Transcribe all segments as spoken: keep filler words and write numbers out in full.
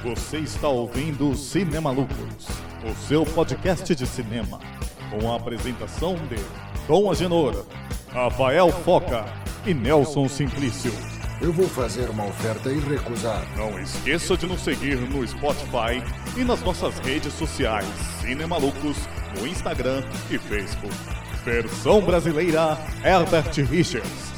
Você está ouvindo Cinemalucos, o seu podcast de cinema, com a apresentação de Dom Agenor, Rafael Foca e Nelson Simplício. Eu vou fazer uma oferta irrecusável. Não esqueça de nos seguir no Spotify e nas nossas redes sociais Cinemalucos, no Instagram e Facebook. Versão brasileira, Herbert Richards.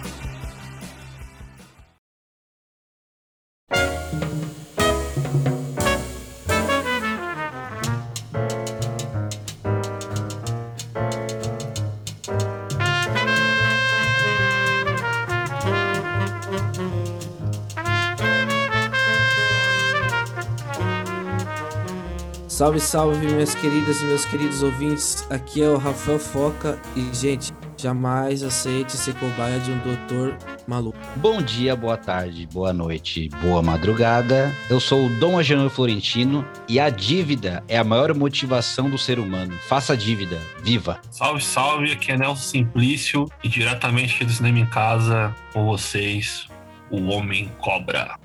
Salve, salve, minhas queridas e meus queridos ouvintes, aqui é o Rafael Foca e, gente, jamais aceite ser cobaia de um doutor maluco. Bom dia, boa tarde, boa noite, boa madrugada. Eu sou o Dom Agenor Florentino e a dívida é a maior motivação do ser humano. Faça dívida, viva! Salve, salve, aqui é Nelson Simplício e diretamente do Cinema em Casa com vocês, o Homem Cobra.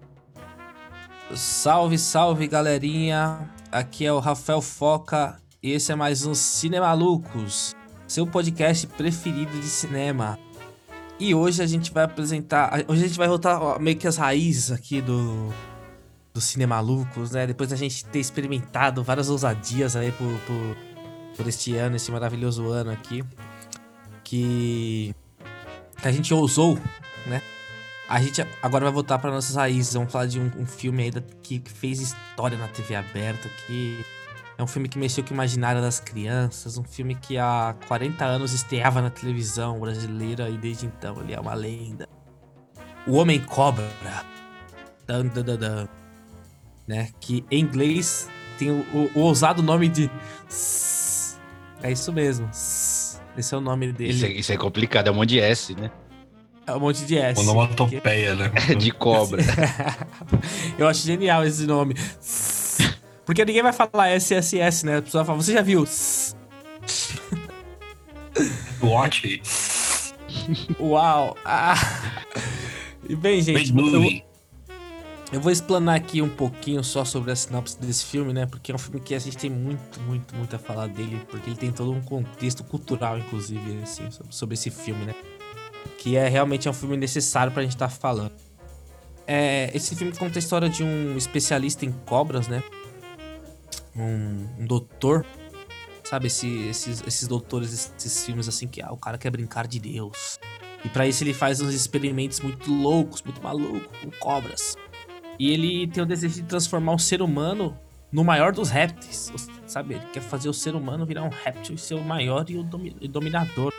Salve, salve, galerinha! Aqui é o Rafael Foca e esse é mais um Cinemalucos, seu podcast preferido de cinema. E hoje a gente vai apresentar, hoje a gente vai voltar meio que as raízes aqui do, do Cinemalucos, né? Depois da gente ter experimentado várias ousadias aí por, por, por este ano, esse maravilhoso ano aqui, que, que a gente ousou, né? A gente agora vai voltar para nossas raízes. Vamos falar de um, um filme aí da, que, que fez história na T V aberta, que é um filme que mexeu com o imaginário das crianças, um filme que há quarenta anos estreava na televisão brasileira e desde então ele é uma lenda. O Homem Cobra. Dan, dan, dan, dan. Né? Que em inglês tem o, o, o ousado nome de... É isso mesmo. Esse é o nome dele. Isso é, isso é complicado, é um monte de S, né? É um monte de S. Onomatopeia, né? De cobra. Eu acho genial esse nome. Porque ninguém vai falar S S S, né? A pessoa fala, você já viu? Watch. Uau. Ah. E bem, gente, eu, eu vou explanar aqui um pouquinho só sobre a sinopse desse filme, né? Porque é um filme que a gente tem muito, muito, muito a falar dele. Porque ele tem todo um contexto cultural, inclusive, assim, sobre, sobre esse filme, né? Que é realmente é um filme necessário pra gente estar tá falando. É, esse filme conta a história de um especialista em cobras, né? Um, um doutor. Sabe, esse, esses, esses doutores, esses filmes assim, que ah, o cara quer brincar de Deus. E pra isso ele faz uns experimentos muito loucos, muito malucos, com cobras. E ele tem o desejo de transformar o ser humano no maior dos répteis. Sabe, ele quer fazer o ser humano virar um réptil e ser o maior e o domi- dominador.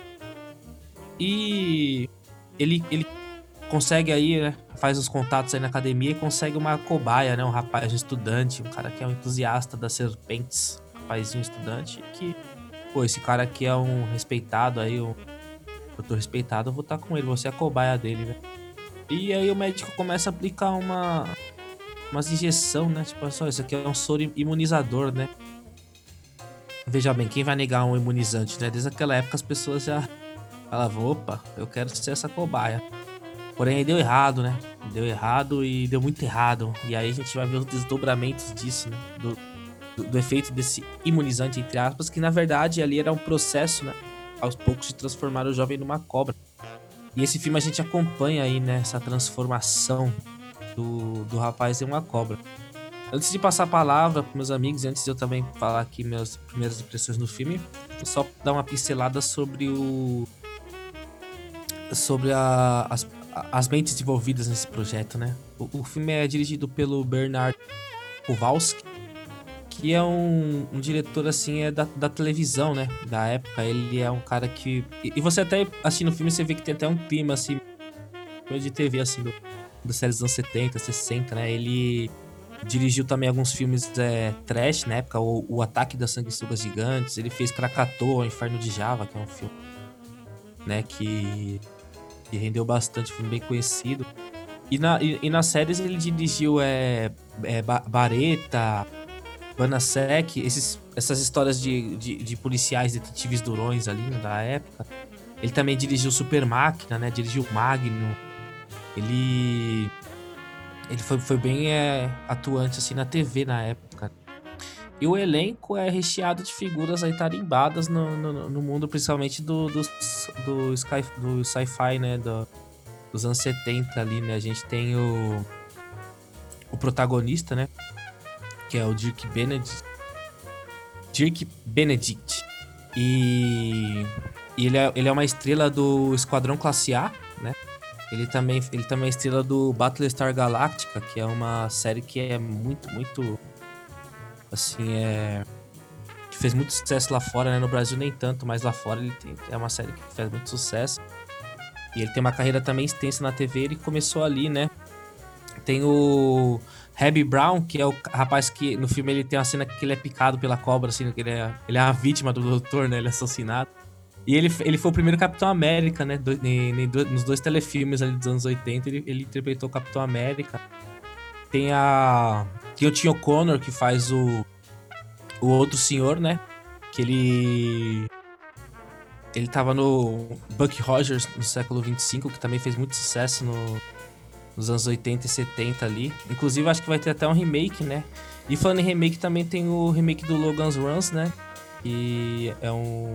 E ele, ele consegue aí, né, faz os contatos aí na academia e consegue uma cobaia, né, um rapaz, um estudante, um cara que é um entusiasta das serpentes, um rapazinho estudante, que, pô, esse cara aqui é um respeitado aí, um doutor respeitado, eu vou estar com ele, você é a cobaia dele, né. E aí o médico começa a aplicar uma, umas injeção, né, tipo, só isso aqui é um soro imunizador, né. Veja bem, quem vai negar um imunizante, né, desde aquela época as pessoas já... Falava, opa, eu quero ser essa cobaia. Porém, aí deu errado, né? Deu errado e deu muito errado. E aí a gente vai ver os desdobramentos disso, né? Do, do, do efeito desse imunizante, entre aspas, que na verdade ali era um processo, né? Aos poucos de transformar o jovem numa cobra. E esse filme a gente acompanha aí, né? Essa transformação do, do rapaz em uma cobra. Antes de passar a palavra para meus amigos, e antes de eu também falar aqui minhas primeiras impressões do filme, vou só dar uma pincelada sobre o... sobre a, as, as mentes envolvidas nesse projeto, né? O, o filme é dirigido pelo Bernard Kowalski, que é um, um diretor, assim, é da, da televisão, né? Da época, ele é um cara que... E, e você até, assistindo o filme, você vê que tem até um clima, assim, de T V, assim, do, das séries dos anos setenta, sessenta, né? Ele dirigiu também alguns filmes é, trash, na época, o, o Ataque das Sanguessugas Gigantes, ele fez Krakatoa, o Inferno de Java, que é um filme, né, que... que rendeu bastante, filme bem conhecido. E, na, e, e nas séries ele dirigiu é, é, Bareta, Banasek, esses, essas histórias de, de, de policiais, detetives durões ali, né, da época. Ele também dirigiu Super Máquina, né? Dirigiu Magnum. Ele Ele foi, foi bem é, atuante assim na T V na época. E o elenco é recheado de figuras aí tarimbadas no, no, no mundo, principalmente do, do, do, sky, do sci-fi, né? Do, dos anos setenta ali, né? A gente tem o, o protagonista, né? Que é o Dirk Benedict. Dirk Benedict. E, e ele, é, ele é uma estrela do Esquadrão Classe A, né? Ele também, ele também é estrela do Battlestar Galactica, que é uma série que é muito, muito... Assim, é... que fez muito sucesso lá fora, né? No Brasil nem tanto, mas lá fora ele tem, é uma série que faz muito sucesso. E ele tem uma carreira também extensa na T V, ele começou ali, né? Tem o Hobie Brown, que é o rapaz que no filme ele tem uma cena que ele é picado pela cobra, assim, que ele é, ele é a vítima do doutor, né? Ele é assassinado. E ele, ele foi o primeiro Capitão América, né? Do, ne, ne, do, nos dois telefilmes ali dos anos oitenta, ele, ele interpretou o Capitão América. Tem a... Tem o Tim O'Connor, que faz o... O outro senhor, né? Que ele... Ele tava no Buck Rogers, no século vinte e cinco, que também fez muito sucesso no, nos anos oitenta e setenta ali. Inclusive, acho que vai ter até um remake, né? E falando em remake, também tem o remake do Logan's Runs, né? Que é um...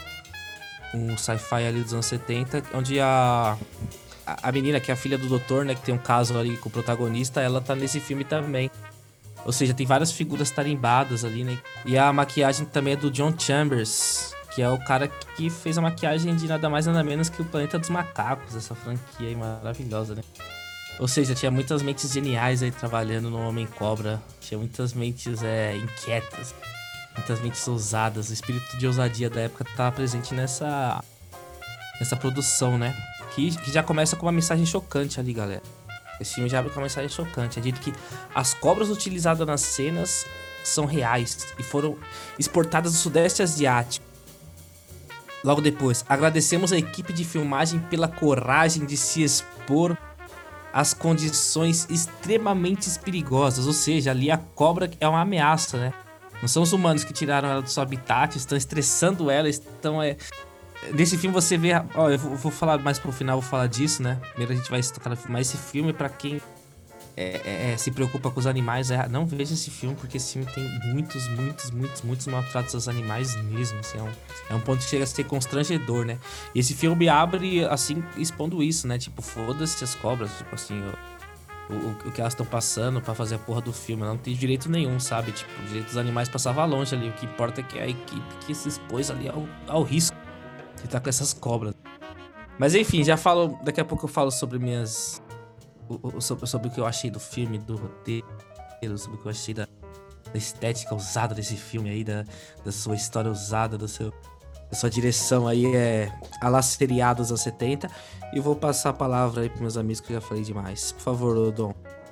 um sci-fi ali dos anos setenta, onde a, a menina, que é a filha do doutor, né, que tem um caso ali com o protagonista, ela tá nesse filme também. Ou seja, tem várias figuras tarimbadas ali, né? E a maquiagem também é do John Chambers, que é o cara que fez a maquiagem de nada mais nada menos que o Planeta dos Macacos, essa franquia aí maravilhosa, né? Ou seja, tinha muitas mentes geniais aí trabalhando no Homem-Cobra, tinha muitas mentes é, inquietas, muitas mentes ousadas, o espírito de ousadia da época estava presente nessa, nessa produção, né? Que, que já começa com uma mensagem chocante ali, galera. Esse filme já abre com uma mensagem chocante. É dito que as cobras utilizadas nas cenas são reais e foram exportadas do Sudeste Asiático. Logo depois, agradecemos a equipe de filmagem pela coragem de se expor às condições extremamente perigosas. Ou seja, ali a cobra é uma ameaça, né? Não são os humanos que tiraram ela do seu habitat, estão estressando ela, estão... É... Nesse filme você vê... Ó, eu vou, vou falar mais pro final, vou falar disso, né? Primeiro a gente vai se tocar no filme, mas esse filme, pra quem é, é, é, se preocupa com os animais, é, não veja esse filme, porque esse filme tem muitos, muitos, muitos, muitos maltratos aos animais mesmo, assim, é um, é um ponto que chega a ser constrangedor, né? E esse filme abre, assim, expondo isso, né? Tipo, foda-se as cobras, tipo assim... O, o, o que elas estão passando pra fazer a porra do filme. Ela não tem direito nenhum, sabe? Tipo, o direito dos animais passava longe ali. O que importa é que é a equipe que se expôs ali ao, ao risco de estar com essas cobras. Mas enfim, já falo... Daqui a pouco eu falo sobre minhas... O, o, sobre, sobre o que eu achei do filme, do roteiro, sobre o que eu achei da, da estética usada desse filme aí, da, da sua história usada, do seu... A sua direção aí é a lá seriados aos setenta. E vou passar a palavra aí pros meus amigos que eu já falei demais. Por favor, Dom.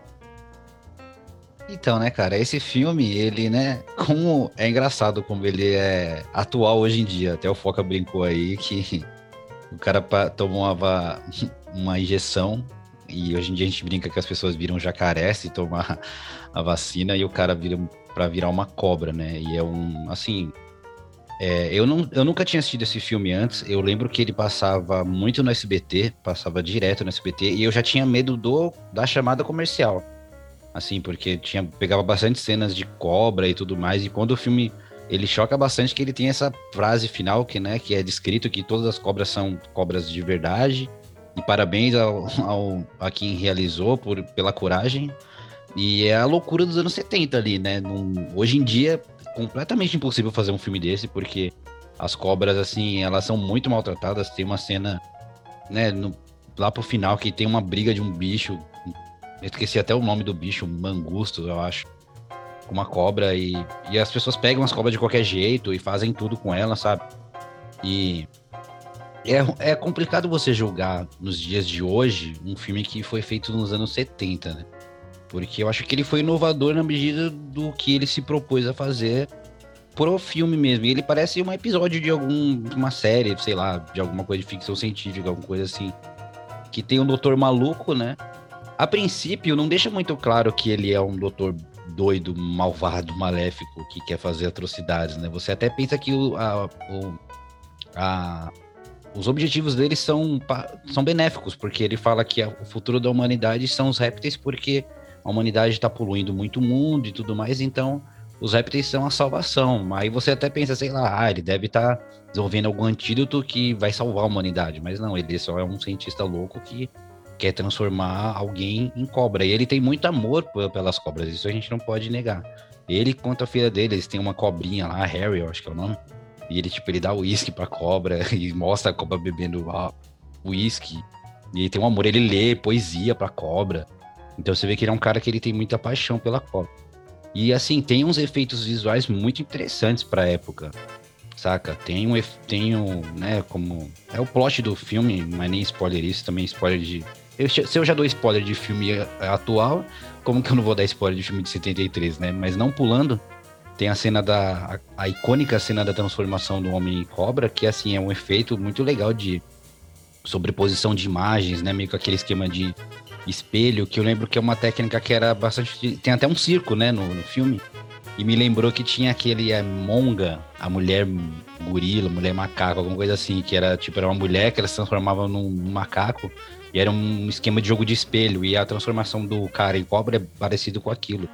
Então, né, cara, esse filme, ele, né, como é engraçado como ele é atual hoje em dia. Até o Foca brincou aí que o cara tomava uma injeção e hoje em dia a gente brinca que as pessoas viram jacaré se tomar a vacina e o cara vira pra virar uma cobra, né? E é um, assim... É, eu, não, eu nunca tinha assistido esse filme antes. Eu lembro que ele passava muito no S B T, passava direto no S B T, e eu já tinha medo do, da chamada comercial. Assim, porque tinha, pegava bastante cenas de cobra e tudo mais, e quando o filme, ele choca bastante que ele tem essa frase final, que, né, que é descrito que todas as cobras são cobras de verdade, e parabéns ao, ao, a quem realizou por, pela coragem. E é a loucura dos anos setenta ali, né? Num, hoje em dia... completamente impossível fazer um filme desse, porque as cobras, assim, elas são muito maltratadas. Tem uma cena, né, no, lá pro final, que tem uma briga de um bicho, eu esqueci até o nome do bicho, mangusto, eu acho, com uma cobra, e, e as pessoas pegam as cobras de qualquer jeito e fazem tudo com elas, sabe? E é, é complicado você julgar, nos dias de hoje, um filme que foi feito nos anos setenta, né? Porque eu acho que ele foi inovador na medida do que ele se propôs a fazer pro filme mesmo. E ele parece um episódio de alguma série, sei lá, de alguma coisa de ficção científica, alguma coisa assim. Que tem um doutor maluco, né? A princípio, não deixa muito claro que ele é um doutor doido, malvado, maléfico, que quer fazer atrocidades, né? Você até pensa que o, a, o, a, os objetivos dele são, são benéficos, porque ele fala que a, o futuro da humanidade são os répteis, porque... a humanidade tá poluindo muito o mundo e tudo mais, então os répteis são a salvação. Aí você até pensa, sei lá, ah, ele deve estar tá desenvolvendo algum antídoto que vai salvar a humanidade. Mas não, ele só é um cientista louco que quer transformar alguém em cobra. E ele tem muito amor pelas cobras, isso a gente não pode negar. Ele conta a filha dele, eles têm uma cobrinha lá, Harry, eu acho que é o nome. E ele, tipo, ele dá uísque pra cobra e mostra a cobra bebendo uísque. E ele tem um amor, ele lê poesia pra cobra. Então você vê que ele é um cara que ele tem muita paixão pela cobra. E assim, tem uns efeitos visuais muito interessantes pra época, saca? Tem um, tem um, né, como... É o plot do filme, mas nem spoiler isso, também spoiler de... Eu, se eu já dou spoiler de filme atual, como que eu não vou dar spoiler de filme de setenta e três, né? Mas não pulando, tem a cena da... A, a icônica cena da transformação do Homem em Cobra, que assim, é um efeito muito legal de sobreposição de imagens, né? Meio com aquele esquema de espelho, que eu lembro que é uma técnica que era bastante... Tem até um circo, né, no, no filme. E me lembrou que tinha aquele é, Monga, a mulher gorila, mulher macaco, alguma coisa assim, que era tipo, era uma mulher que ela se transformava num, num macaco, e era um esquema de jogo de espelho, e a transformação do cara em cobra é parecido com aquilo.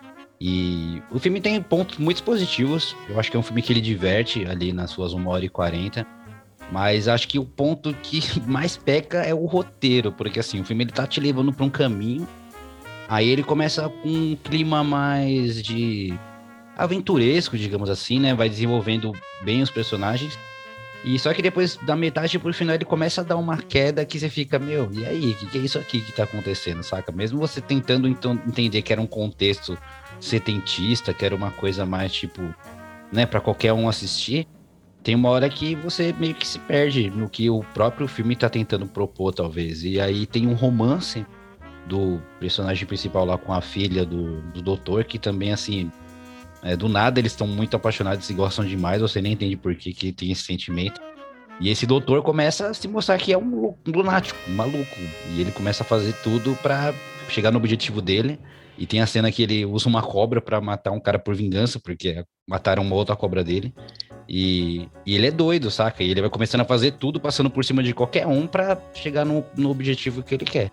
E o filme tem pontos muito positivos, eu acho que é um filme que ele diverte ali nas suas uma hora e quarenta, mas acho que o ponto que mais peca é o roteiro, porque assim, o filme ele tá te levando pra um caminho, aí ele começa com um clima mais de aventuresco, digamos assim, né? Vai desenvolvendo bem os personagens. E só que depois, da metade pro final, ele começa a dar uma queda que você fica, meu, e aí? O que, que é isso aqui que tá acontecendo, saca? Mesmo você tentando então, entender que era um contexto setentista, que era uma coisa mais, tipo, né, pra qualquer um assistir, tem uma hora que você meio que se perde no que o próprio filme tá tentando propor, talvez. E aí tem um romance do personagem principal lá com a filha do, do doutor, que também, assim, é, do nada eles estão muito apaixonados e gostam demais, você nem entende por que, que tem esse sentimento. E esse doutor começa a se mostrar que é um, um lunático, um maluco. E ele começa a fazer tudo pra chegar no objetivo dele. E tem a cena que ele usa uma cobra pra matar um cara por vingança, porque mataram uma outra cobra dele. E, e ele é doido, saca? E ele vai começando a fazer tudo, passando por cima de qualquer um pra chegar no, no objetivo que ele quer.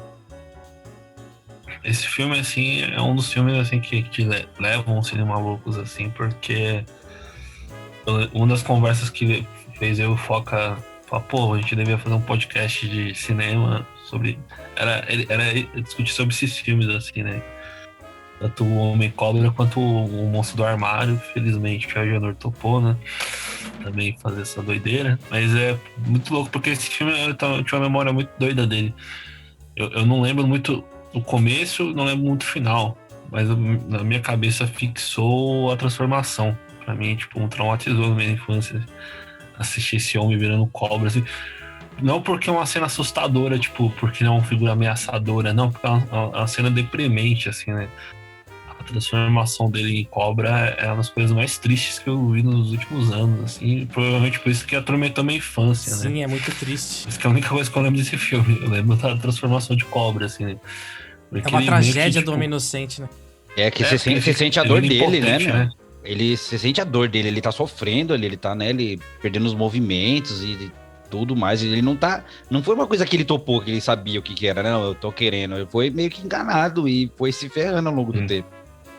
Esse filme, assim, é um dos filmes, assim, que te levam os malucos, assim, porque uma das conversas que fez eu e o Foca falar, pô, a gente devia fazer um podcast de cinema sobre... Era, era discutir sobre esses filmes, assim, né? Tanto o Homem-Cobra quanto o Monstro do Armário. Felizmente, o Agenor topou, né? Também fazer essa doideira. Mas é muito louco, porque esse filme eu tinha uma memória muito doida dele. Eu, eu não lembro muito o começo, não lembro muito o final. Mas na minha cabeça fixou a transformação. Pra mim, tipo, um traumatizou na minha infância. Assistir esse homem virando cobra, assim. Não porque é uma cena assustadora, tipo, porque não é uma figura ameaçadora, não, porque é uma, é uma cena deprimente, assim, né? A transformação dele em cobra é uma das coisas mais tristes que eu vi nos últimos anos, assim. Provavelmente por isso que atormentou minha infância, Sim, né? Sim, é muito triste. Isso que é a única coisa que eu lembro desse filme. Eu lembro da transformação de cobra, assim, né? Porque é uma tragédia que, tipo, do homem inocente, né? É que é, você, sente, você sente a dor dele, né, meu? né? Ele, você sente a dor dele, ele tá sofrendo ali, ele tá, né, ele perdendo os movimentos e tudo mais. Ele não tá... Não foi uma coisa que ele topou, que ele sabia o que que era, né? Não, eu tô querendo. Ele foi meio que enganado e foi se ferrando ao longo do hum. tempo.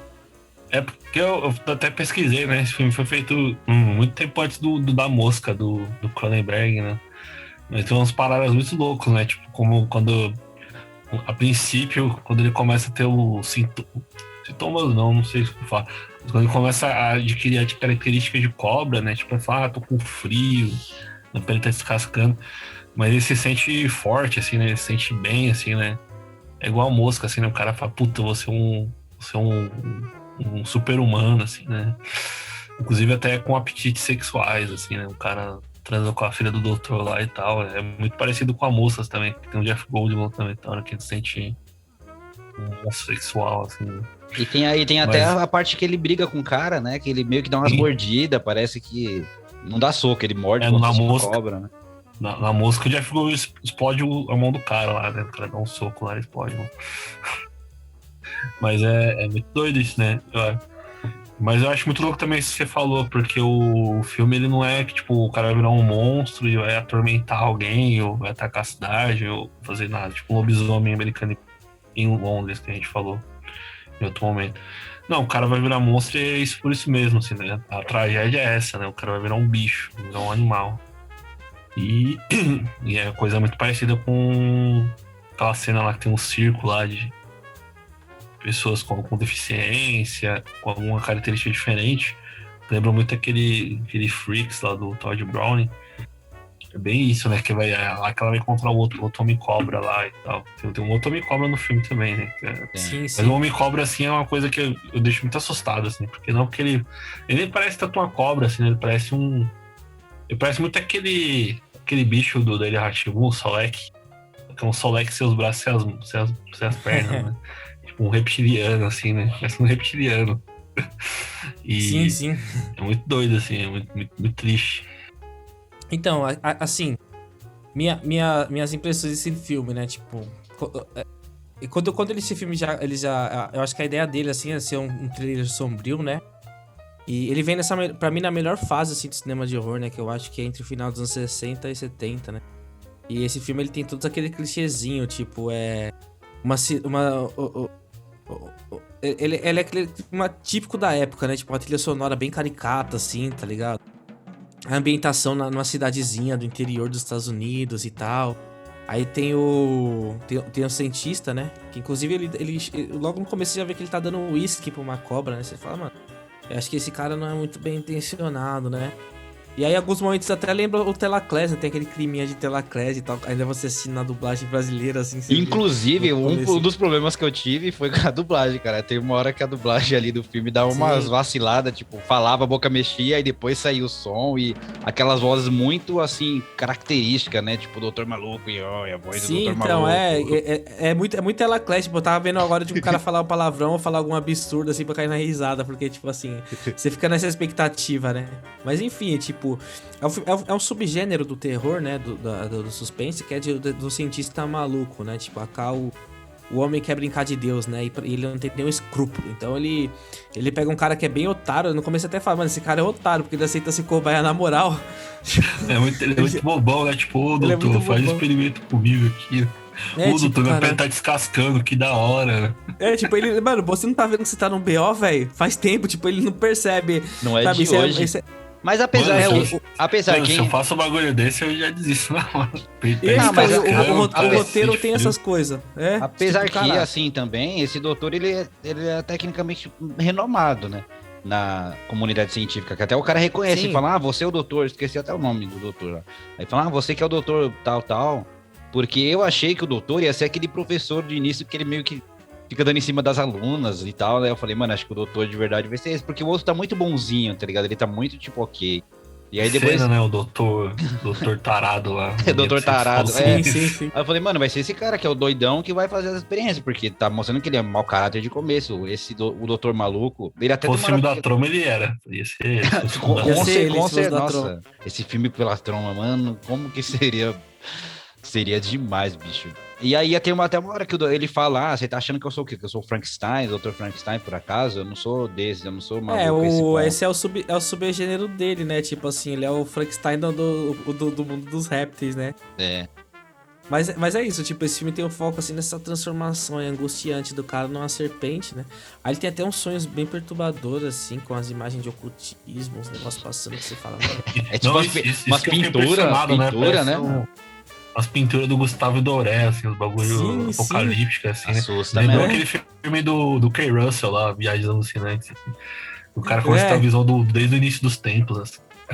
É porque eu, eu até pesquisei, né? Esse filme foi feito hum, muito tempo antes do, do da Mosca, do, do Cronenberg, né? Mas tem umas paradas muito loucas, né? Tipo, como quando... A princípio, quando ele começa a ter o sintoma... Sintomas não, não sei o que falar. Quando ele começa a adquirir a característica de cobra, né? Tipo, ele fala, ah, tô com frio, a pele tá descascando. Mas ele se sente forte, assim, né? Ele se sente bem, assim, né? É igual a mosca, assim, né? O cara fala, puta, você é um, você é um, um super-humano, assim, né? Inclusive até com apetites sexuais, assim, né? O cara transa com a filha do doutor lá e tal. É muito parecido com a moças também, que tem o Jeff Goldblum também, tá? Hora que ele se sente um homossexual, assim, né? E tem aí, tem até Mas... a parte que ele briga com o cara, né? Que ele meio que dá umas Sim. mordidas, parece que não dá soco, ele morde é, como na se mosca, cobra, né? Na, na mosca o Jeff Goldblum explode a mão do cara lá, né? O cara dá um soco lá e explode. Mano. Mas é, é muito doido isso, né? Mas eu acho muito louco também isso que você falou, porque o filme ele não é que tipo, o cara vai virar um monstro e vai atormentar alguém, ou vai atacar a cidade, ou fazer nada. Tipo um lobisomem americano em Londres, que a gente falou em outro momento. Não, o cara vai virar monstro e é isso por isso mesmo, assim, né? A tragédia é essa, né? O cara vai virar um bicho, vai virar um animal. E, e é coisa muito parecida com aquela cena lá que tem um circo lá de pessoas com, com deficiência, com alguma característica diferente. Lembra muito aquele, aquele Freaks lá do Todd Browning. É bem isso, né? Que vai, lá que ela vai encontrar o outro, outro Homem-Cobra lá e tal. Tem, tem um outro Homem-Cobra no filme também, né? É, Sim, mas sim. o Homem-Cobra, assim, é uma coisa que eu, eu deixo muito assustado, assim. Porque não porque ele... Ele nem parece tanto uma cobra, assim, né? Ele parece um... Ele parece muito aquele... Aquele bicho do Ilha Rá-Tim-Bum, o Solek. Que é um Solek sem os braços e as, sem as, sem as pernas, né? Tipo um reptiliano, assim, né? Parece um reptiliano. E Sim, sim. é muito doido, assim. É muito, muito, muito triste. Então, a- a- assim, minha, minha, minhas impressões desse filme, né? Tipo, co- é, e quando, quando esse filme já, ele já. Eu acho que a ideia dele, assim, é ser um, um trailer sombrio, né? E ele vem nessa, me- pra mim, na melhor fase, assim, do cinema de horror, né? Que eu acho que é entre o final dos anos sessenta e setenta, né? E esse filme, ele tem todos aquele clichêzinho, tipo, é. Uma. ci- uma o- o- o- o- ele, ele é aquele uma, típico da época, né? Tipo, uma trilha sonora bem caricata, assim, tá ligado? A ambientação na, numa cidadezinha do interior dos Estados Unidos e tal. Aí tem o. Tem, tem o cientista, né? Que inclusive ele, ele, ele- Logo no começo você já vê que ele tá dando um uísque pra uma cobra, né? Você fala, mano, eu acho que esse cara não é muito bem intencionado, né? E aí, em alguns momentos, até lembra o Telaclés, né? Tem aquele climinha de Telaclés e tal. Ainda você assistindo na dublagem brasileira, assim. você vê Inclusive, no um começo. dos problemas que eu tive foi com a dublagem, cara. Tem uma hora que a dublagem ali do filme dá umas Sim. vaciladas, tipo, falava, a boca mexia e depois saía o som e aquelas vozes muito, assim, características, né? Tipo, o doutor Maluco e ó, a voz do Sim, doutor então, Maluco. é, é, é, é muito, é muito Telaclés, tipo, eu tava vendo agora de um cara falar um palavrão ou falar algum absurdo, assim, pra cair na risada, porque, tipo, assim, você fica nessa expectativa, né? Mas, enfim, tipo, é um, fi- é um- é um subgênero do terror, né, do, da- do, do suspense, que é de- do, do cientista maluco, né? Tipo, acá o, o homem quer brincar de Deus, né? E, pra- e ele não tem nenhum escrúpulo. Então, ele, ele pega um cara que é bem otário, no começo até fala, mano, esse cara é otário, porque ele aceita se cobaia na moral. É muito, ele é muito bobão, né? Tipo, ô, Ele é doutor, muito faz um bobão. experimento comigo aqui. É, Ô, tipo, doutor, meu pé cara- tá descascando, que da hora. É, tipo, ele, mano, você não tá vendo que você tá num B O, velho? Faz tempo, tipo, ele não percebe. Não é sabe, de isso hoje. isso é- Mas apesar, Mano, é, se o- eu- apesar Mano, que... se eu faço um bagulho desse, eu já desisto na hora. Pé Esse, Ah, cara, mas o, o- o- o apesar- roteiro tem frio. essas coisas. É, Apesar tipo, que, caralho. assim, também, esse doutor, ele é, ele é tecnicamente renomado, né? Na comunidade científica, que até o cara reconhece Sim. e fala, ah, você é o doutor, esqueci até o nome do doutor lá. Aí fala, ah, você que é o doutor tal, tal, porque eu achei que o doutor ia ser aquele professor de início que ele meio que fica dando em cima das alunas e tal, né? Eu falei, mano, acho que o doutor de verdade vai ser esse, porque o outro tá muito bonzinho, tá ligado? Ele tá muito, tipo, ok. E aí depois... Cena, né? O doutor, doutor tarado lá. É, doutor tarado, Sim, é. Sim, sim, sim. Aí eu falei, mano, vai ser esse cara que é o doidão que vai fazer essa experiência, porque tá mostrando que ele é mau caráter de começo. Esse do, o doutor maluco, ele até Se fosse o filme uma- da Troma, ele era. Ia ser. se fosse o Com, filme da Ia com, ser cer- ele, com se fosse cer- da nossa, Troma. esse filme pela troma, mano, como que seria? Seria demais, bicho. E aí ia ter uma, até uma hora que o do- ele fala, ah, você tá achando que eu sou o quê? Que eu sou o Frankenstein, o doutor Frankenstein, por acaso? Eu não sou desse, eu não sou maluco. É, esse o, ponto. esse é o, sub, é o subgênero dele, né? Tipo assim, ele é o Frankenstein do, do, do, do mundo dos répteis, né? É. Mas, mas é isso, tipo, esse filme tem um foco, assim, nessa transformação angustiante do cara numa serpente, né? Aí ele tem até uns sonhos bem perturbadores, assim, com as imagens de ocultismo, uns negócios passando que você fala, mano. É tipo Não, umas, isso- pi- isso umas que eu fiquei pinturas, impressionado, né? pintura, Parece né? um- As pinturas do Gustavo Doré, assim, os bagulho Sim, sim. apocalípticos, assim, né? Assusta Lembrou mesmo. aquele filme do, do Kay Russell lá, Viagens Alucinantes. Assim. O cara começa É. a ter a visão do, desde o início dos tempos. Assim.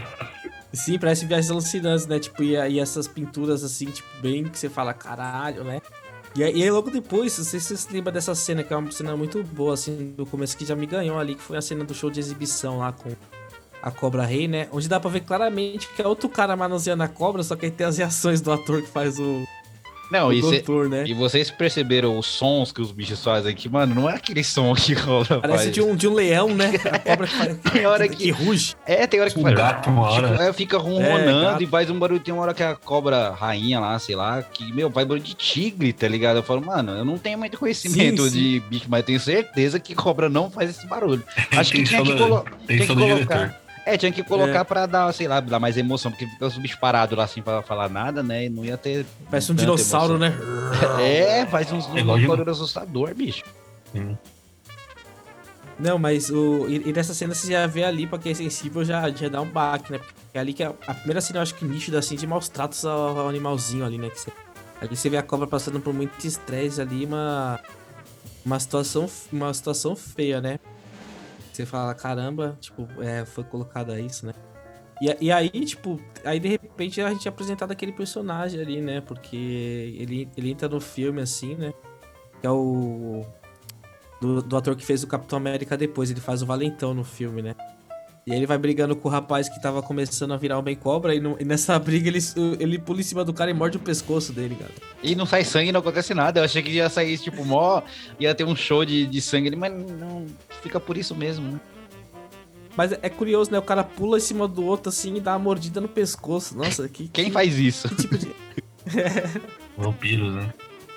Sim, parece viagens alucinantes, né? Tipo, e, e essas pinturas, assim, tipo, bem que você fala, caralho, né? E aí, e aí logo depois, não sei se você se lembra dessa cena, que é uma cena muito boa, assim, do começo, que já me ganhou ali, que foi a cena do show de exibição lá com a Cobra Rei, né? Onde dá pra ver claramente que é outro cara manuseando a cobra, só que aí tem as reações do ator que faz o, Não, o e, cê- doutor, né? e vocês perceberam os sons que os bichos fazem aqui? Mano, não é aquele som que rola. Parece de um, de um leão, né? A cobra que, faz, Tem hora que, que- ruge. É, tem hora que Um faz- gato uma hora. Tipo, é, fica É, ronronando gato. e faz um barulho. Tem uma hora que a cobra rainha lá, sei lá, que, meu, faz barulho de tigre, tá ligado? Eu falo, mano, eu não tenho muito conhecimento Sim, sim. de bicho, mas eu tenho certeza que cobra não faz esse barulho. Acho que tinha Intenção que, do- colo... intenção tinha que do colocar. diretor. É, tinha que colocar é. pra dar, sei lá, dar mais emoção, porque fica os bichos parados lá assim pra falar nada, né? E não ia ter. Parece um dinossauro, emoção. Né? É, faz uns é barulho assustador, bicho. Hum. Não, mas o. E, e nessa cena você já vê ali, pra quem é sensível, já, já dá um baque, né? Porque é ali que a, a primeira cena eu acho que nítida assim de maus tratos ao, ao animalzinho ali, né? Que você, ali você vê a cobra passando por muito estresse ali, uma. Uma situação, uma situação feia, né? Você fala, caramba, tipo, é, foi colocado isso, né? E, e aí, tipo, aí de repente a gente é apresentado aquele personagem ali, né? Porque ele, ele entra no filme, assim, né? Que é o... Do, do ator que fez o Capitão América depois, ele faz o Valentão no filme, né? E aí ele vai brigando com o rapaz que tava começando a virar Homem-Cobra e, no, e nessa briga ele, ele pula em cima do cara e morde o pescoço dele, cara. E não sai sangue, não acontece nada. Eu achei que ia sair, tipo, mó... Ia ter um show de, de sangue ali, mas não fica por isso mesmo, né? Mas é curioso, né? O cara pula em cima do outro assim e dá uma mordida no pescoço. Nossa, que... Quem que, faz isso? Que tipo de... Vampiros, né?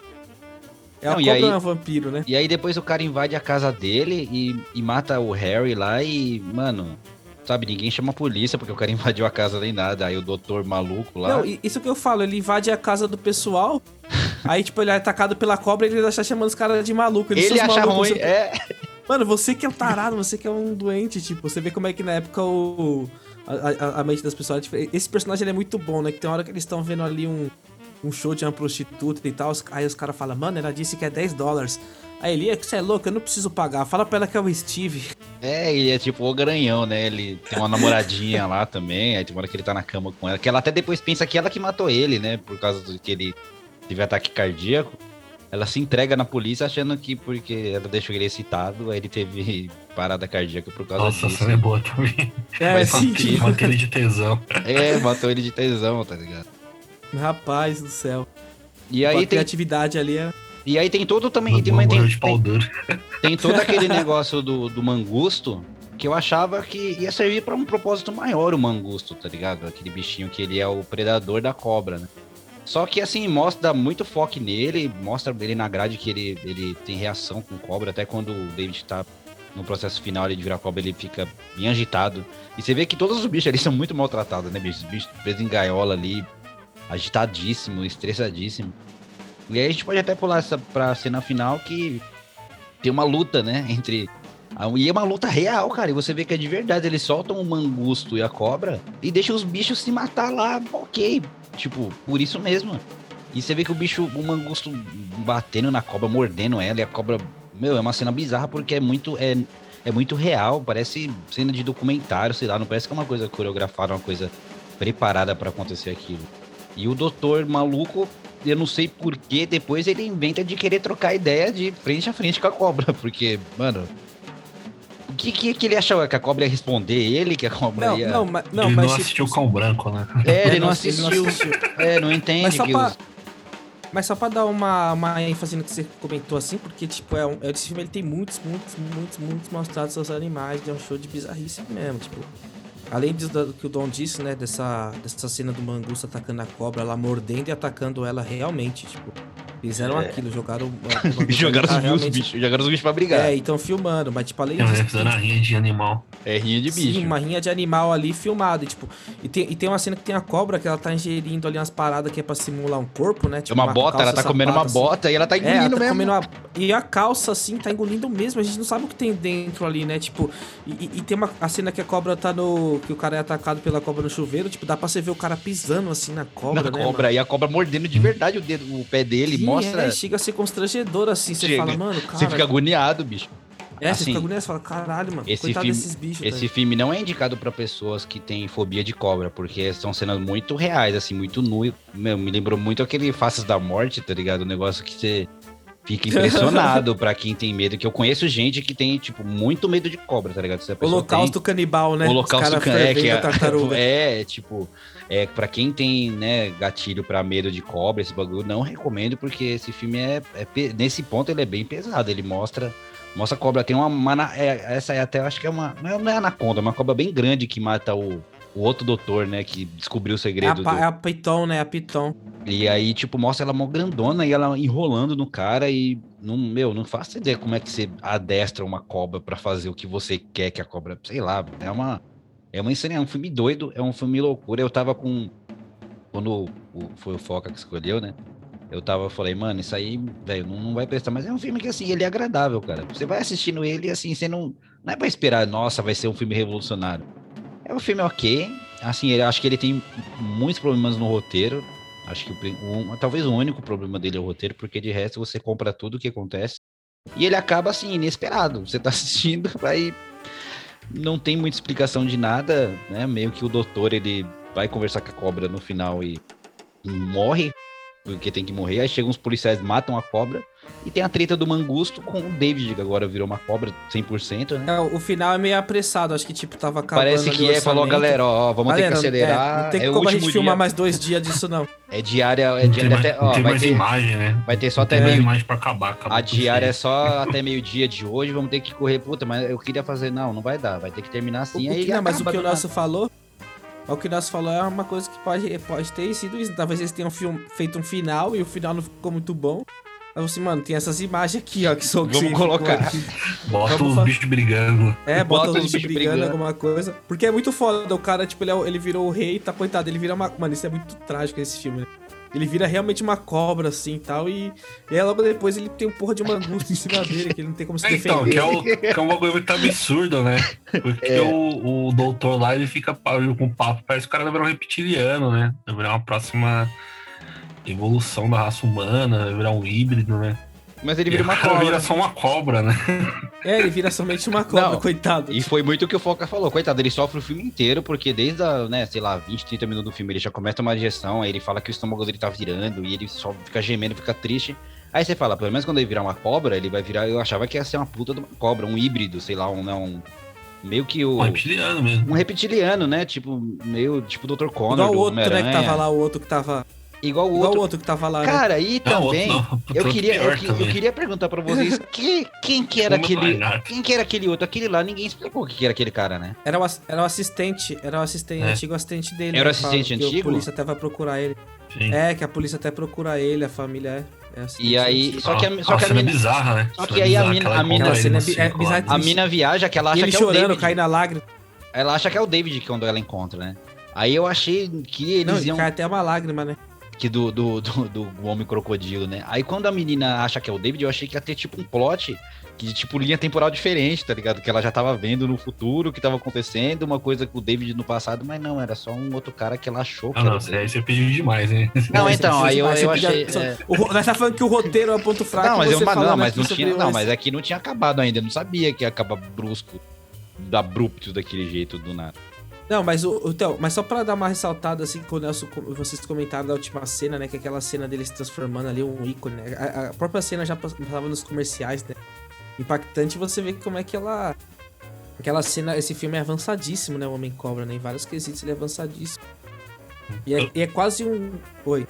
É a cobra é um vampiro, né? E aí depois o cara invade a casa dele e, e mata o Harry lá e, mano... Sabe, ninguém chama a polícia porque o cara invadiu a casa nem nada. Aí o doutor maluco lá... Não, isso que eu falo, ele invade a casa do pessoal, aí tipo, ele é atacado pela cobra e ele tá chamando os caras de maluco. Ele, ele acha ruim, você... é... Mano, você que é um tarado, você que é um doente, tipo, você vê como é que na época o... A, a, a mente das pessoas... Esse personagem ele é muito bom, né? Que tem uma hora que eles estão vendo ali um, um show de uma prostituta e tal, aí os caras falam, mano, ela disse que é dez dólares. Aí ele, você é louco, eu não preciso pagar, fala pra ela que é o Steve. É, ele é tipo o garanhão, né? Ele tem uma namoradinha lá também, aí tem uma hora que ele tá na cama com ela, que ela até depois pensa que ela que matou ele, né? Por causa do que ele teve ataque cardíaco. Ela se entrega na polícia achando que porque ela deixou ele excitado, aí ele teve parada cardíaca por causa Nossa, disso. Nossa, essa é boa também. É, Mas sim. matou, matou ele de tesão. É, matou ele de tesão, tá ligado? Rapaz do céu. E aí a tem... criatividade ali é... E aí tem todo também... Tem, tem, tem, tem todo aquele negócio do, do mangusto, que eu achava que ia servir pra um propósito maior, o mangusto, tá ligado? Aquele bichinho que ele é o predador da cobra, né? Só que, assim, mostra muito foco nele, mostra ele na grade que ele, ele tem reação com cobra, até quando o David tá no processo final ali de virar cobra, ele fica bem agitado. E você vê que todos os bichos ali são muito maltratados, né, bicho? Os bichos presos em gaiola ali, agitadíssimo, estressadíssimo. E aí a gente pode até pular essa pra cena final que tem uma luta, né, entre... E é uma luta real, cara, e você vê que é de verdade, eles soltam o mangusto e a cobra e deixam os bichos se matar lá, ok, tipo, por isso mesmo. E você vê que o bicho, o mangusto batendo na cobra, mordendo ela, e a cobra, meu, é uma cena bizarra porque é muito, é, é muito real, parece cena de documentário, sei lá, não parece que é uma coisa coreografada, uma coisa preparada pra acontecer aquilo. E o doutor maluco, eu não sei por que depois ele inventa de querer trocar ideia de frente a frente com a cobra, porque, mano, o que, que, que ele achou? Que a cobra ia responder ele? Que a cobra não, ia... Não, mas, não, ele mas não assistiu o Cão Branco, né? É, ele É, não não, assistiu. ele não assistiu. É, não entende Mas só que pra... os... Mas só pra dar uma, uma ênfase no que você comentou assim, porque, tipo, é um, esse filme ele tem muitos, muitos, muitos, muitos maus tratos aos animais, é um show de bizarrice mesmo, tipo... Além disso do que o Dom disse, né, dessa, dessa cena do mangusto atacando a cobra, ela mordendo e atacando ela realmente, tipo... Fizeram É. aquilo, jogaram... jogaram os, realmente... bichos, jogaram os bichos pra brigar. É, e tão filmando, mas, tipo, além Não, disso... é, fizeram a rinha de animal. É rinha de bicho. Sim, uma rinha de animal ali filmado, e, tipo... E tem, e tem uma cena que tem a cobra, que ela tá ingerindo ali umas paradas que é pra simular um corpo, né? Tipo, É uma, bota, ela tá comendo uma assim. bota e ela tá É, engolindo ela tá mesmo. comendo uma... E a calça, assim, tá engolindo mesmo. A gente não sabe o que tem dentro ali, né? Tipo... E, e- e tem uma a cena que a cobra tá no... Que o cara é atacado pela cobra no chuveiro. Tipo, dá pra você ver o cara pisando, assim, na cobra, Na né? cobra, mano? e a cobra mordendo de verdade o dedo, o pé dele, Sim, mostra... É, chega a ser constrangedor, assim. Você Chega. fala, mano, cara... Você fica agoniado, bicho. É, assim, você fica agoniado. Você fala, caralho, mano. Esse Coitado filme, desses bichos, esse tá? filme não é indicado pra pessoas que têm fobia de cobra, porque são cenas muito reais, assim, muito nu. Meu, me lembrou muito aquele Faces da Morte, tá ligado? Um negócio que você fica impressionado pra quem tem medo. Que eu conheço gente que tem, tipo, muito medo de cobra, tá ligado? Se a pessoa Holocausto tem... canibal, né? Holocausto Os caras can... é, que fervendo é, a tartaruga. é, tipo, é, pra quem tem, né, gatilho pra medo de cobra, esse bagulho, não recomendo, porque esse filme é, é pe- nesse ponto ele é bem pesado, ele mostra, mostra a cobra, tem uma, uma ana- é, essa é até, eu acho que é uma, não é, não é anaconda, é uma cobra bem grande que mata o, o outro doutor, né, que descobriu o É a, segredo pa- do... é a Piton, né? A Piton. E aí, tipo, mostra ela mó grandona e ela enrolando no cara e, não, meu, não faço ideia como é que você adestra uma cobra pra fazer o que você quer que a cobra, sei lá, é uma... É uma cena, é um filme doido, é um filme loucura. Eu tava com... Quando o, foi o Foca que escolheu, né? Eu tava, falei, mano, isso aí, velho, não, não vai prestar. Mas é um filme que, assim, ele é agradável, cara. Você vai assistindo ele, assim, você não... Não é pra esperar, nossa, vai ser um filme revolucionário. É um filme ok. Assim, eu acho que ele tem muitos problemas no roteiro. Acho que o, um, talvez o único problema dele é o roteiro, porque de resto você compra tudo o que acontece. E ele acaba, assim, inesperado. Você tá assistindo, aí não tem muita explicação de nada, né? Meio que o doutor, ele vai conversar com a cobra no final e, e morre, porque tem que morrer. Aí chegam os policiais, matam a cobra. E tem a treta do Mangusto com o David, que agora virou uma cobra cem por cento, né? É, o final é meio apressado, acho que tipo tava acabando. Parece que é, falou, galera, ó, vamos galera, ter que acelerar. É, não tem é como a gente dia. filmar mais dois dias disso, não. É diária, é Não diária tem mais, até, não ó, tem vai mais ter, imagem, né? vai ter só Não até tem mais meio... imagem pra acabar. acabou A com diária é isso só até meio-dia de hoje, vamos ter que correr. Puta, mas eu queria fazer... Não, não vai dar, vai ter que terminar assim. O, o aí que, não, mas o acaba que o do nada. Nelson falou... O que o Nelson falou é uma coisa que pode, pode ter sido isso. Talvez eles tenham film, feito um final e o final não ficou muito bom. Aí você, mano, tem essas imagens aqui, ó, que são... Vamos que colocar. Aqui. Bota Vamos os fa- bichos brigando. É, bota, Bota os os bichos bichos brigando, brigando. alguma coisa. Porque é muito foda, o cara, tipo, ele, é- ele virou o rei, tá coitado, ele vira uma... Mano, isso é muito trágico esse filme, né? Ele vira realmente uma cobra, assim, e tal, e... E aí logo depois ele tem um porra de uma angústia em cima dele, que ele não tem como se É, então, defender. que é, o, que é um bagulho muito absurdo, né? Porque É. o, o doutor lá, ele fica pa- com papo, parece que o cara vai virar um reptiliano, né? Vai virar uma próxima evolução da raça humana, vai virar um híbrido, né? Mas ele E vira o uma cara cobra. vira só uma cobra, né? É, ele vira somente uma cobra, Não, coitado. E foi muito o que o Foca falou. Coitado, ele sofre o filme inteiro, porque desde a, né, sei lá, vinte, trinta minutos do filme, ele já começa uma digestão, aí ele fala que o estômago dele tá virando, e ele só fica gemendo, fica triste. Aí você fala, pelo menos quando ele virar uma cobra, ele vai virar... Eu achava que ia ser uma puta de uma cobra, um híbrido, sei lá, um... Não, um meio que o... Um reptiliano mesmo. Um reptiliano, né? Tipo, meio... Tipo o doutor Connor Igual o do outro, né, que Homem-Aranha. tava lá, o outro que tava... Igual o Igual outro. o outro que tava lá, né? Cara, e Não, também... outro não, Eu outro queria, eu, pior que- também. eu queria perguntar pra vocês que, quem que era Fuma aquele. lagarto. Quem que era aquele outro? Aquele lá, ninguém explicou o que que era aquele cara, né? Era o, ass- era o assistente, era o assistente, É. antigo assistente dele. Era o né, que fala assistente que antigo? A polícia até vai procurar ele. Sim. É, que a polícia até procura ele, a família é. é assistente E aí. antigo. Só que a, Ah, só que a cena mina. bizarra, né? só Cena que aí a bizarra, mina- que ela a mina- encontra Aquela ele cena no é bi- é circo lá. bizarra. A mina viaja, que ela E acha ele que é o chorando, David. cai na lágrima. Ela acha que é o David quando ela encontra, né? Aí eu achei que eles Não, iam. cai até uma lágrima, né? Que do, do, do, do homem crocodilo, né? Aí quando a menina acha que é o David, eu achei que ia ter tipo um plot que, tipo, linha temporal diferente, tá ligado? Que ela já tava vendo no futuro o que tava acontecendo, uma coisa com o David no passado, mas não, era só um outro cara que ela achou que Ah, era não, o David. aí você pediu demais, hein? Não, Não, então, você aí eu, precisa- eu você achei. precisa- é, O ro- Nós tá falando que o roteiro é o ponto fraco. Não, mas, e eu, você mas, não, falando mas aqui não sobre tinha. Não, o- mas aqui não tinha acabado ainda. Eu não sabia que ia acabar brusco, abrupto daquele jeito do nada. Não, mas o, o Theo, mas só pra dar uma ressaltada, assim, quando Nelson, vocês comentaram da última cena, né? Que é aquela cena dele se transformando ali um ícone, né? A, a própria cena já passava nos comerciais, né? Impactante você vê como é que ela. Aquela cena, esse filme é avançadíssimo, né? O Homem-Cobra, né? Em vários quesitos ele é avançadíssimo. E é, e é quase um. Oi.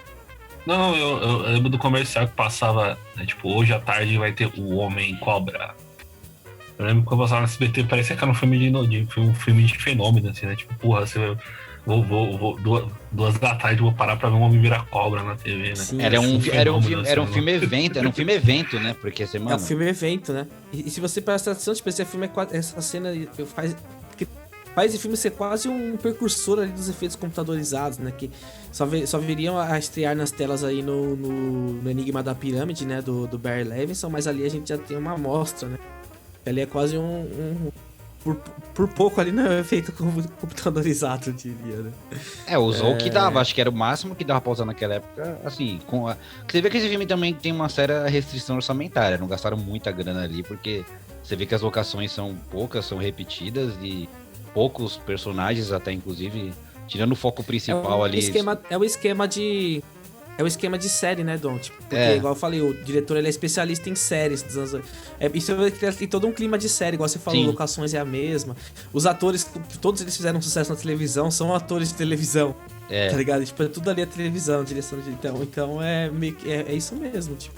Não, eu, eu lembro do comercial que passava, né, tipo, hoje à tarde vai ter o Homem Cobra. Eu lembro que quando passava no S B T, parecia que era um filme de, de um filme de fenômeno, assim, né? Tipo, porra, você vai, vou, vou, vou, duas, duas da tarde eu vou parar pra ver um homem virar cobra na T V, né? Sim. Era um, Esse era um, fenômeno, filme, era um assim, filme evento, era um filme evento, né? Porque você, É mano. um filme evento, né? E, e se você prestar atenção, tipo, esse filme é quase. Essa cena faz. que faz esse filme ser quase um precursor ali dos efeitos computadorizados, né? Que só, ve, só viriam a estrear nas telas aí no, no, no Enigma da Pirâmide, né? Do, do Barry Levinson, mas ali a gente já tem uma amostra, né? Ali é quase um. um por, por pouco ali não é efeito computadorizado, eu diria, né? É, usou o que dava, acho que era o máximo que dava pra usar naquela época, assim, com a... Você vê que esse filme também tem uma séria restrição orçamentária, não gastaram muita grana ali, porque você vê que as locações são poucas, são repetidas e poucos personagens até, inclusive, tirando o foco principal é um ali. Esquema, é o esquema de... É o esquema de série, né, Dom? Tipo, porque, É. igual eu falei, o diretor ele é especialista em séries dos anos... É, isso tem todo um clima de série, igual você falou, Sim. locações é a mesma. Os atores, todos eles fizeram sucesso na televisão, são atores de televisão, É. tá ligado? Tipo, é tudo ali é televisão, direção de... Então, então é, meio que, é, é isso mesmo, tipo...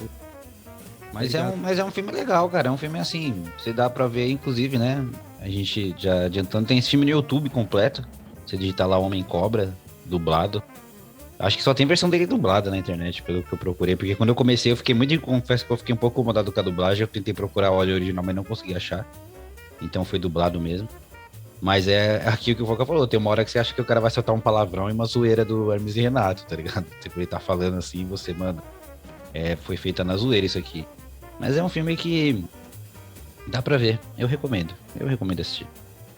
Mas é, um, mas é um filme legal, cara. É um filme assim, você dá pra ver, inclusive, né? A gente já adiantando, tem esse filme no YouTube completo. Você digitar lá Homem Cobra, dublado. Acho que só tem versão dele dublada na internet, pelo que eu procurei. Porque quando eu comecei, eu fiquei muito. Confesso que eu fiquei um pouco incomodado com a dublagem. Eu tentei procurar o áudio original, mas não consegui achar. Então foi dublado mesmo. Mas é aquilo que o Foca falou, tem uma hora que você acha que o cara vai soltar um palavrão e uma zoeira do Hermes e Renato, tá ligado? Tipo, ele tá falando assim, você, mano, é, foi feita na zoeira isso aqui. Mas é um filme que dá pra ver, eu recomendo, eu recomendo assistir.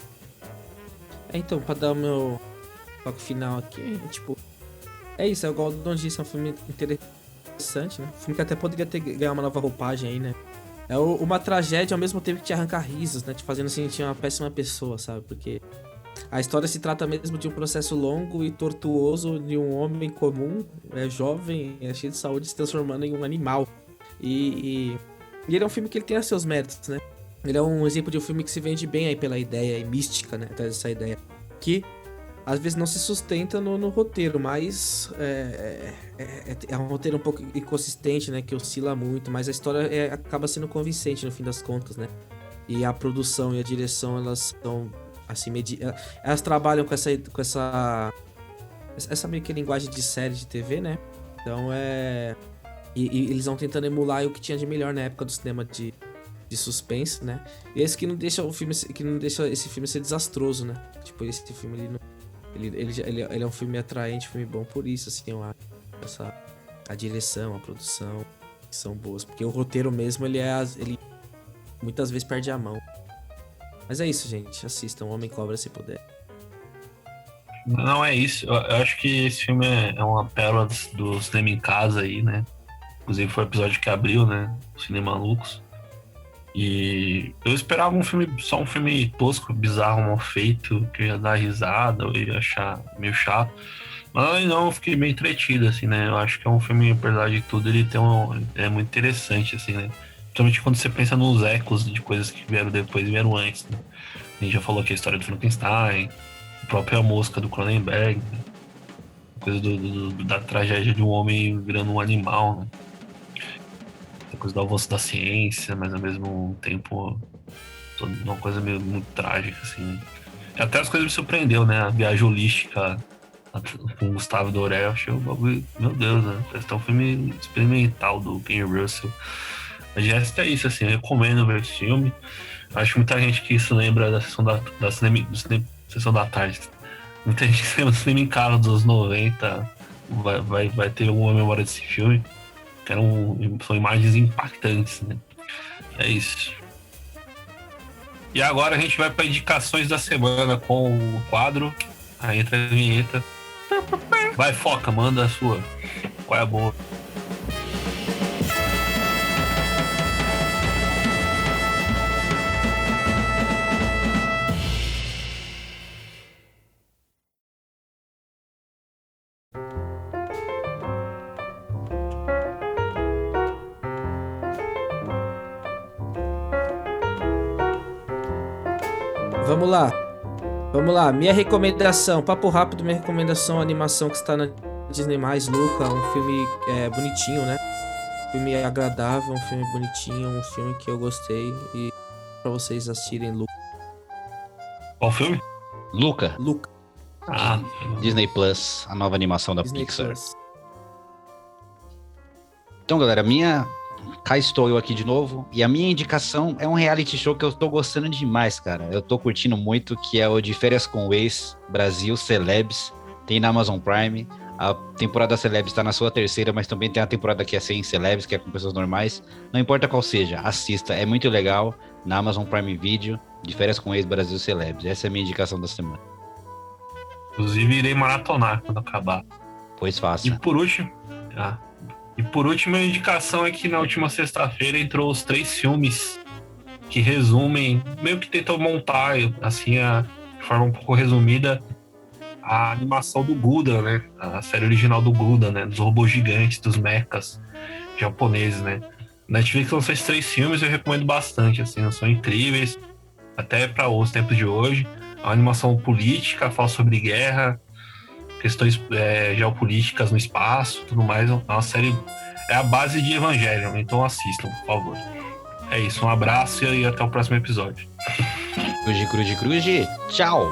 É, então, pra dar o meu toque final aqui, tipo, é isso, é igual o Don disse, é um filme interessante, né? Um filme que até poderia ter ganhar uma nova roupagem aí, né? É o- uma tragédia ao mesmo tempo que te arranca risos, né? Te fazendo sentir uma péssima pessoa, sabe? Porque a história se trata mesmo de um processo longo e tortuoso de um homem comum, é jovem, é cheio de saúde, se transformando em um animal. E, e, e ele é um filme que ele tem os seus méritos, né? Ele é um exemplo de um filme que se vende bem aí pela ideia e mística, né? Atrás dessa ideia. Que às vezes não se sustenta no, no roteiro, mas é, é, é- é um roteiro um pouco inconsistente, né? Que oscila muito, mas a história é- acaba sendo convincente no fim das contas, né? E a produção e a direção, elas são assim, medi elas trabalham com essa com essa essa meio que linguagem de série de T V, né? Então é e, e eles vão tentando emular o que tinha de melhor na época do cinema de, de suspense, né? E esse que não deixa o filme que não deixa esse filme ser desastroso, né? Tipo, esse filme ele não, ele, ele, já- ele, ele é um filme atraente, um filme bom por isso, assim, eu acho. Essa a direção, a produção que são boas, porque o roteiro mesmo ele é as- ele muitas vezes perde a mão. Mas é isso, gente. Assistam Homem Cobra se puder. Não é isso. Eu, eu acho que esse filme é, é uma pérola do, do cinema em casa aí, né? Inclusive foi o episódio que abriu, né? O Cinema Malucos. E eu esperava um filme, só um filme tosco, bizarro, mal feito, que eu ia dar risada, eu ia achar meio chato. Mas não, eu fiquei meio entretido, assim, né? Eu acho que é um filme, apesar de tudo, ele tem um, é muito interessante, assim, né? Principalmente quando você pensa nos ecos de coisas que vieram depois e vieram antes, né? A gente já falou aqui a história do Frankenstein, a própria Mosca do Cronenberg, né? Coisa do, do- do- da tragédia de um homem virando um animal, né? A coisa do avanço da ciência, mas ao mesmo tempo toda uma coisa meio muito trágica, assim. Né? E até as coisas me surpreendeu, né? A viagem holística a- com o Gustavo Doré, eu achei o bagulho, meu Deus, né? Parece que é um filme experimental do Ken Russell. Mas de resto é isso, assim, eu recomendo ver esse filme. Acho que muita gente que se lembra da sessão da, da cinema, do cinema- sessão da tarde. Muita gente que se lembra do cinema em casa dos anos noventa vai, vai, vai ter alguma memória desse filme. Que eram, são imagens impactantes, né? É isso. E agora a gente vai para indicações da semana com o quadro. Aí entra a vinheta. Vai, Foca, manda a sua. Qual é a boa? Vamos lá. Vamos lá. Minha recomendação, papo rápido, minha recomendação, a animação que está na Disney+, Luca, um filme é, bonitinho, né? Um filme agradável, um filme bonitinho, um filme que eu gostei e pra vocês assistirem Luca. Qual filme? Luca, Luca, Ah, Disney Plus, a nova animação da Disney Pixar. Plus. Então, galera, minha. Cá estou eu aqui de novo. E a minha indicação é um reality show que eu tô gostando demais, cara. Eu tô curtindo muito, que é o de Férias com o Ex, Brasil Celebs. Tem na Amazon Prime. A temporada Celebs está na sua terceira, mas também tem a temporada que é sem Celebs, que é com pessoas normais. Não importa qual seja, assista. É muito legal. Na Amazon Prime Video, de Férias com o Ex, Brasil Celebs. Essa é a minha indicação da semana. inclusive irei maratonar quando acabar. Pois E faça. por último, ah, e por último, a indicação é que na última sexta-feira entrou os três filmes que resumem, meio que tentam montar, assim, a, de forma um pouco resumida, a animação do Gundam, né? A série original do Gundam, né? Dos robôs gigantes, dos mechas japoneses, né? Netflix lançou esses três filmes e eu recomendo bastante, assim, são incríveis, até para os tempos de hoje. É uma animação política, fala sobre guerra, questões é, geopolíticas no espaço, tudo mais. É uma série, é a base de Evangelion, então assistam, por favor. É isso, um abraço e até o próximo episódio. Cruz, cruz, cruz. Tchau.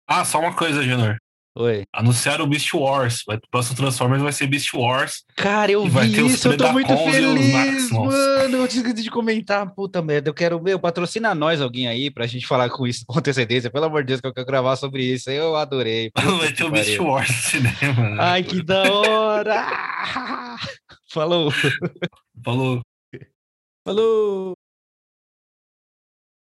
Ah, só uma coisa, Junior. Oi. Anunciaram o Beast Wars. Vai, o próximo Transformers vai ser Beast Wars. Cara, eu E vai vi ter os isso, eu tô muito Predacons e os feliz, Maximals. mano. Eu esqueci de comentar, puta merda. Eu quero, meu, patrocina nós alguém aí pra gente falar com isso com antecedência. Pelo amor de Deus, que eu quero gravar sobre isso. Eu adorei. Puta Vai que ter o pariu. Beast Wars no cinema. Né? Ai, que da hora! Falou. Falou. Falou!